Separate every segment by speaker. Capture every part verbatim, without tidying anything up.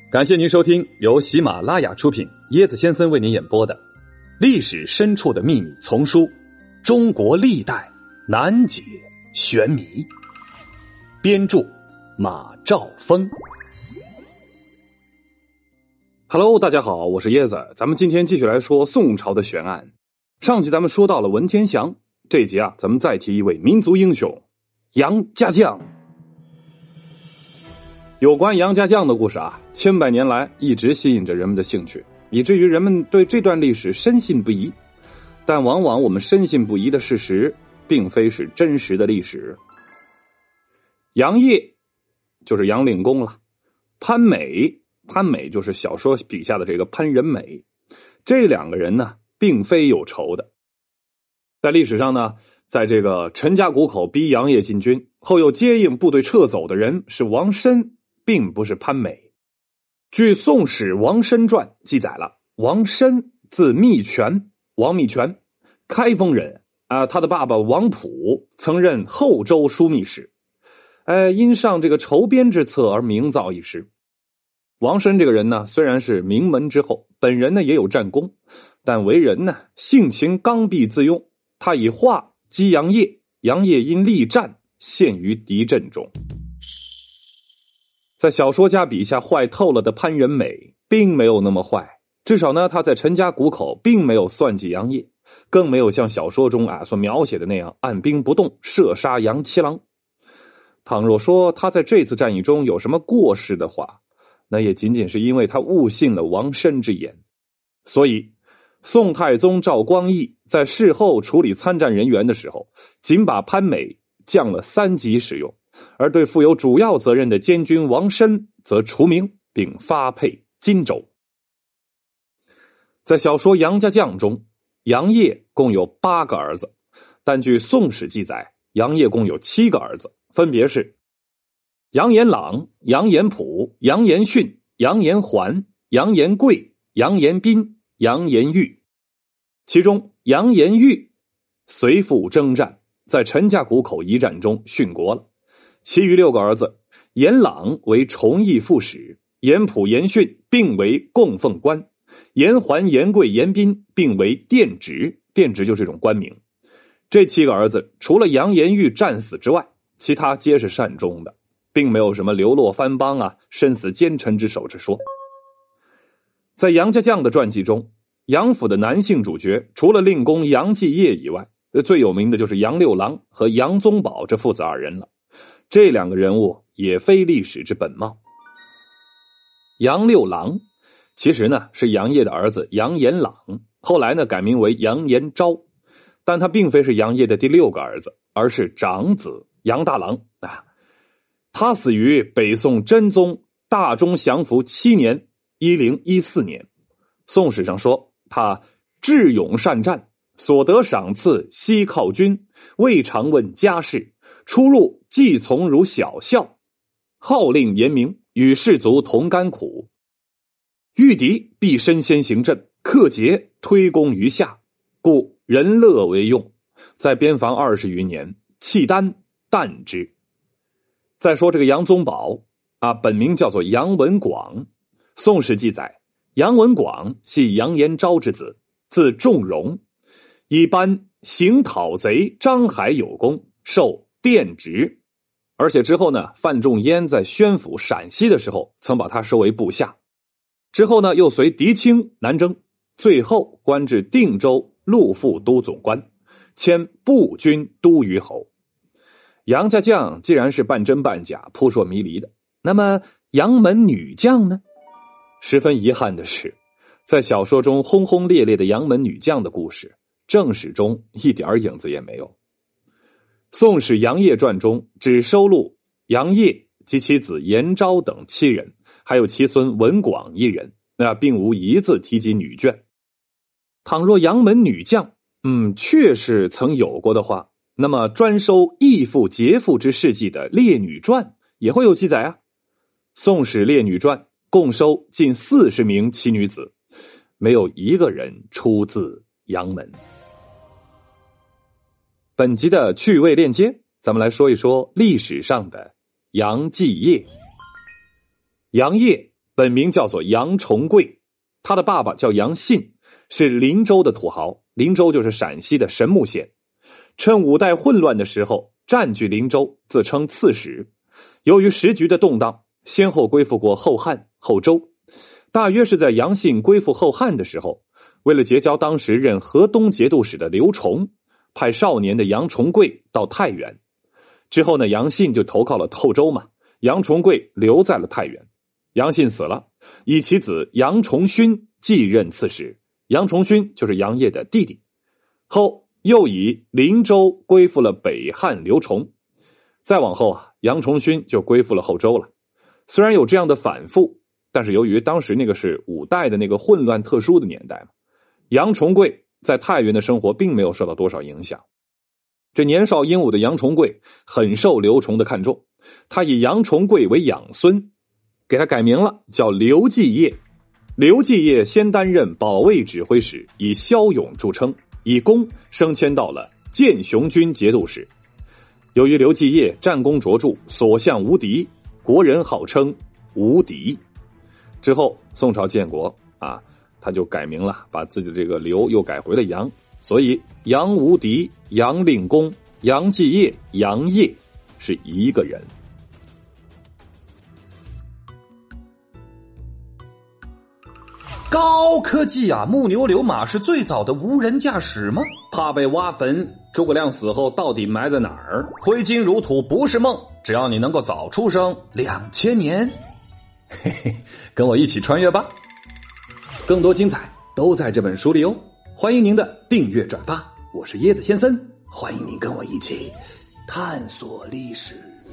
Speaker 1: 感谢您收听由喜马拉雅出品，椰子先生为您演播的《历史深处的秘密》丛书《中国历代难解玄谜》，编著马兆峰。Hello， 大家好，我是椰子，咱们今天继续来说宋朝的悬案。上集咱们说到了文天祥，这一集啊，咱们再提一位民族英雄杨家将。有关杨家将的故事啊，千百年来一直吸引着人们的兴趣，以至于人们对这段历史深信不疑。但往往我们深信不疑的事实，并非是真实的历史。杨业就是杨令公了，潘美，潘美就是小说笔下的这个潘仁美，这两个人呢，并非有仇的。在历史上呢，在这个陈家谷口逼杨业进军后，又接应部队撤走的人是王申，并不是潘美。据《宋史·王申传》记载了，王申字密全，王密全，开封人啊、呃，他的爸爸王溥曾任后州枢密使，呃，因上这个筹编之策而名噪一时。王申这个人呢，虽然是名门之后，本人呢也有战功，但为人呢性情刚愎自用，他以画击杨业，杨业因力战陷于敌阵中。在小说家笔下坏透了的潘仁美并没有那么坏，至少呢他在陈家谷口并没有算计杨业，更没有像小说中啊所描写的那样按兵不动射杀杨七郎。倘若说他在这次战役中有什么过失的话，那也仅仅是因为他误信了王申之言。所以宋太宗赵光义在事后处理参战人员的时候，仅把潘美降了三级使用，而对负有主要责任的监军王申则除名并发配荆州。在小说《杨家将》中，杨业共有八个儿子，但据《宋史》记载，杨业共有七个儿子，分别是杨延朗、杨延溥、杨延训、杨延环、杨延贵、杨延斌、杨延玉。其中杨延玉随父征战，在陈家谷口一战中殉国了。其余六个儿子，延朗为崇义副使，延溥、延训并为供奉官，延环、延贵、延斌并为殿直，殿直就是一种官名。这七个儿子除了杨延玉战死之外，其他皆是善终的，并没有什么流落番邦啊、身死奸臣之手之说。在杨家将的传记中，杨府的男性主角除了令公杨继业以外，最有名的就是杨六郎和杨宗保这父子二人了。这两个人物也非历史之本貌。杨六郎其实呢是杨业的儿子杨延朗，后来呢改名为杨延昭，但他并非是杨业的第六个儿子，而是长子杨大郎啊。他死于北宋真宗大中祥符七年一零一四年。宋史上说他智勇善战，所得赏赐悉犒军，未尝问家事，出入既从如小校，号令严明，与士卒同甘苦。遇敌必身先行阵，克节推攻于下，故人乐为用。在边防二十余年，契丹惮之。再说这个杨宗保啊，本名叫做杨文广。宋史记载，杨文广系杨延昭之子，字仲荣，以班行讨贼张海有功，受殿直。而且之后呢，范仲淹在宣府陕西的时候曾把他收为部下，之后呢又随狄青南征，最后官至定州陆副都总官，迁步军都虞侯。杨家将既然是半真半假、扑朔迷离的，那么杨门女将呢？十分遗憾的是，在小说中轰轰烈烈的杨门女将的故事，正史中一点影子也没有。宋史《杨业传》中只收录杨业及其子延昭等七人，还有其孙文广一人，那并无一字提及女眷。倘若杨门女将嗯，确实曾有过的话，那么专收义父劫富之事迹的《列女传》也会有记载啊。宋史《列女传》共收近四十名奇女子，没有一个人出自杨门。本集的趣味链接，咱们来说一说历史上的杨继业。杨业本名叫做杨重贵，他的爸爸叫杨信，是临州的土豪，临州就是陕西的神木县。趁五代混乱的时候占据临州，自称刺史。由于时局的动荡，先后归附过后汉、后周。大约是在杨信归附后汉的时候，为了结交当时任河东节度使的刘崇，派少年的杨重贵到太原。之后呢，杨信就投靠了后周嘛，杨重贵留在了太原。杨信死了，以其子杨重勋继任刺史。杨重勋就是杨业的弟弟。后又以临州归附了北汉刘崇。再往后啊，杨重勋就归附了后周了。虽然有这样的反复，但是由于当时那个是五代的那个混乱特殊的年代嘛，杨重贵在太原的生活并没有受到多少影响。这年少英武的杨重贵很受刘崇的看重，他以杨重贵为养孙，给他改名了，叫刘继业。刘继业先担任保卫指挥使，以骁勇著称，以功升迁到了建雄军节度使。由于刘继业战功卓著，所向无敌，国人号称无敌。之后宋朝建国啊，他就改名了，把自己的这个刘又改回了杨，所以杨无敌、杨令公、杨继业、杨业是一个人。
Speaker 2: 高科技啊！木牛流马是最早的无人驾驶吗？
Speaker 1: 怕被挖坟，诸葛亮死后到底埋在哪儿？
Speaker 2: 挥金如土不是梦，只要你能够早出生两千年，
Speaker 1: 嘿嘿，跟我一起穿越吧！更多精彩都在这本书里哦！欢迎您的订阅转发，我是椰子先生，欢迎您跟我一起探索历史。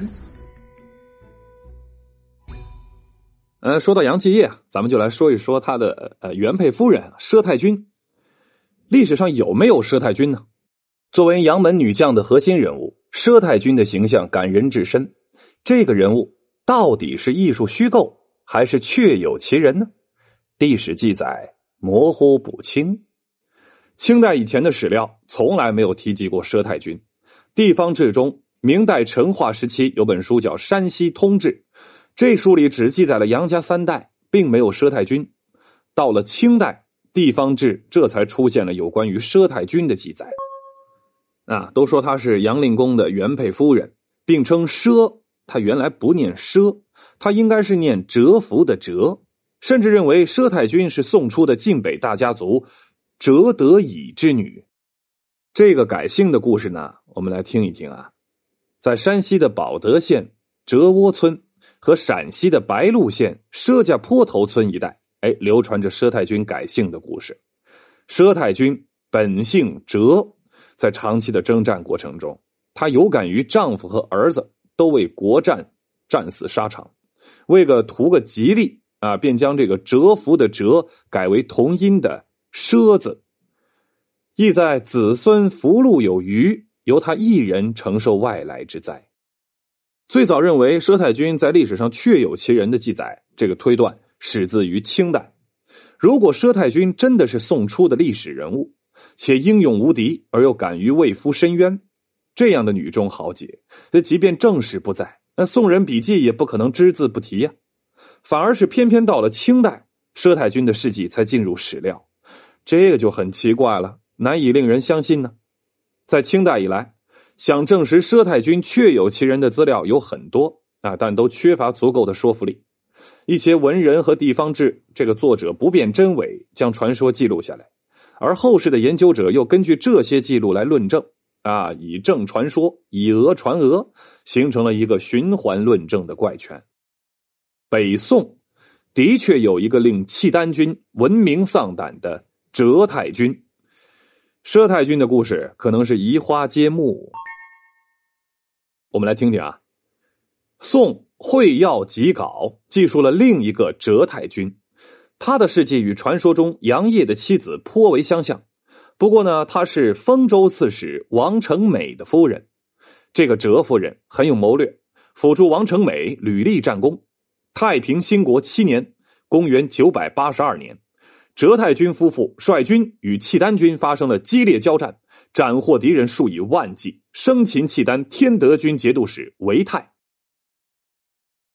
Speaker 1: 呃，说到杨继业啊，咱们就来说一说他的呃原配夫人佘太君。历史上有没有佘太君呢？作为杨门女将的核心人物，佘太君的形象感人至深。这个人物到底是艺术虚构，还是确有其人呢？历史记载模糊不清。清代以前的史料从来没有提及过佘太君。地方志中，明代成化时期有本书叫《山西通志》，这书里只记载了杨家三代，并没有佘太君。到了清代，地方志这才出现了有关于佘太君的记载。啊，都说她是杨令公的原配夫人，并称佘，她原来不念佘，她应该是念蛰伏的蛰，甚至认为佘太君是宋初的晋北大家族蛰得乙之女。这个改姓的故事呢，我们来听一听啊。在山西的保德县蛰窝村和陕西的白鹿县佘家坡头村一带，哎，流传着佘太君改姓的故事。佘太君本姓蛰，在长期的征战过程中，她有感于丈夫和儿子都为国战战死沙场，为个图个吉利啊，便将这个蛰伏的蛰改为同音的佘字，意在子孙福禄有余，由他一人承受外来之灾。最早认为佘太君在历史上确有其人的记载，这个推断始自于清代。如果佘太君真的是宋初的历史人物，且英勇无敌而又敢于为夫申冤，这样的女中豪杰，那即便正史不在，那宋人笔记也不可能只字不提呀、啊。反而是偏偏到了清代，佘太君的事迹才进入史料，这个就很奇怪了，难以令人相信呢。在清代以来，想证实佘太君确有其人的资料有很多啊，但都缺乏足够的说服力。一些文人和地方志，这个作者不辨真伪，将传说记录下来，而后世的研究者又根据这些记录来论证啊，以正传说，以讹传讹，形成了一个循环论证的怪圈。北宋的确有一个令契丹军闻名丧胆的佘太君，佘太君的故事可能是移花接木。我们来听听啊，宋会要集稿记述了另一个佘太君，他的事迹与传说中杨业的妻子颇为相像，不过呢，他是丰州刺史王成美的夫人。这个佘夫人很有谋略，辅助王成美屡立战功。太平兴国七年，公元九百八十二年，佘太君夫妇率军与契丹军发生了激烈交战，斩获敌人数以万计，生擒契丹天德军节度使韦泰。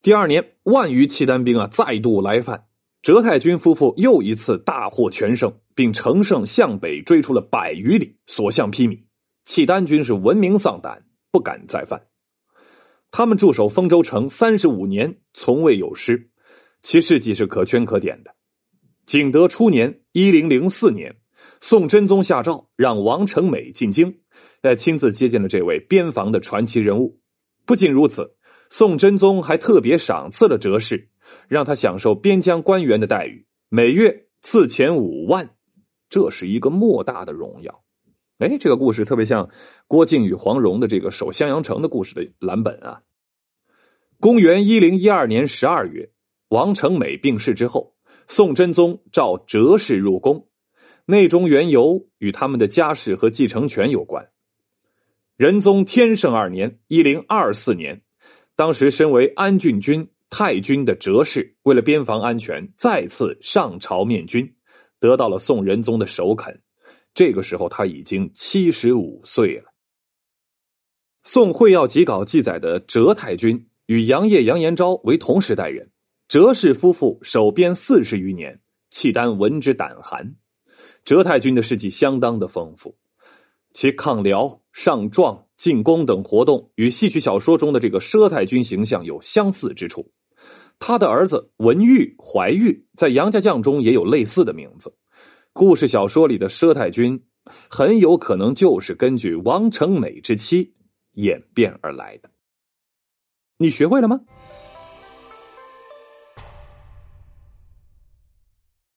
Speaker 1: 第二年，万余契丹兵啊再度来犯，哲太君夫妇又一次大获全胜，并乘胜向北追出了百余里，所向披靡。契丹军是闻名丧胆，不敢再犯。他们驻守丰州城三十五年，从未有失，其事迹是可圈可点的。景德初年一零零四年，宋真宗下诏让王承美进京，呃，亲自接见了这位边防的传奇人物。不仅如此，宋真宗还特别赏赐了哲氏，让他享受边疆官员的待遇，每月赐钱五万，这是一个莫大的荣耀。哎，这个故事特别像郭靖与黄蓉的这个守襄阳城的故事的蓝本啊。公元一零一二年十二月，王承美病逝之后，宋真宗召哲氏入宫，内中缘由与他们的家世和继承权有关。仁宗天圣二年一零二四年，当时身为安郡君太君的哲氏，为了边防安全，再次上朝面君，得到了宋仁宗的首肯。这个时候他已经七十五岁了。宋会要集稿记载的哲太君与杨业、杨延昭为同时代人，哲氏夫妇守边四十余年，契丹闻之胆寒。哲太君的事迹相当的丰富，其抗辽、上壮、进攻等活动与戏曲小说中的这个佘太君形象有相似之处。他的儿子文玉、怀玉在杨家将中也有类似的名字。故事小说里的佘太君很有可能就是根据王承美之妻演变而来的。你学会了吗？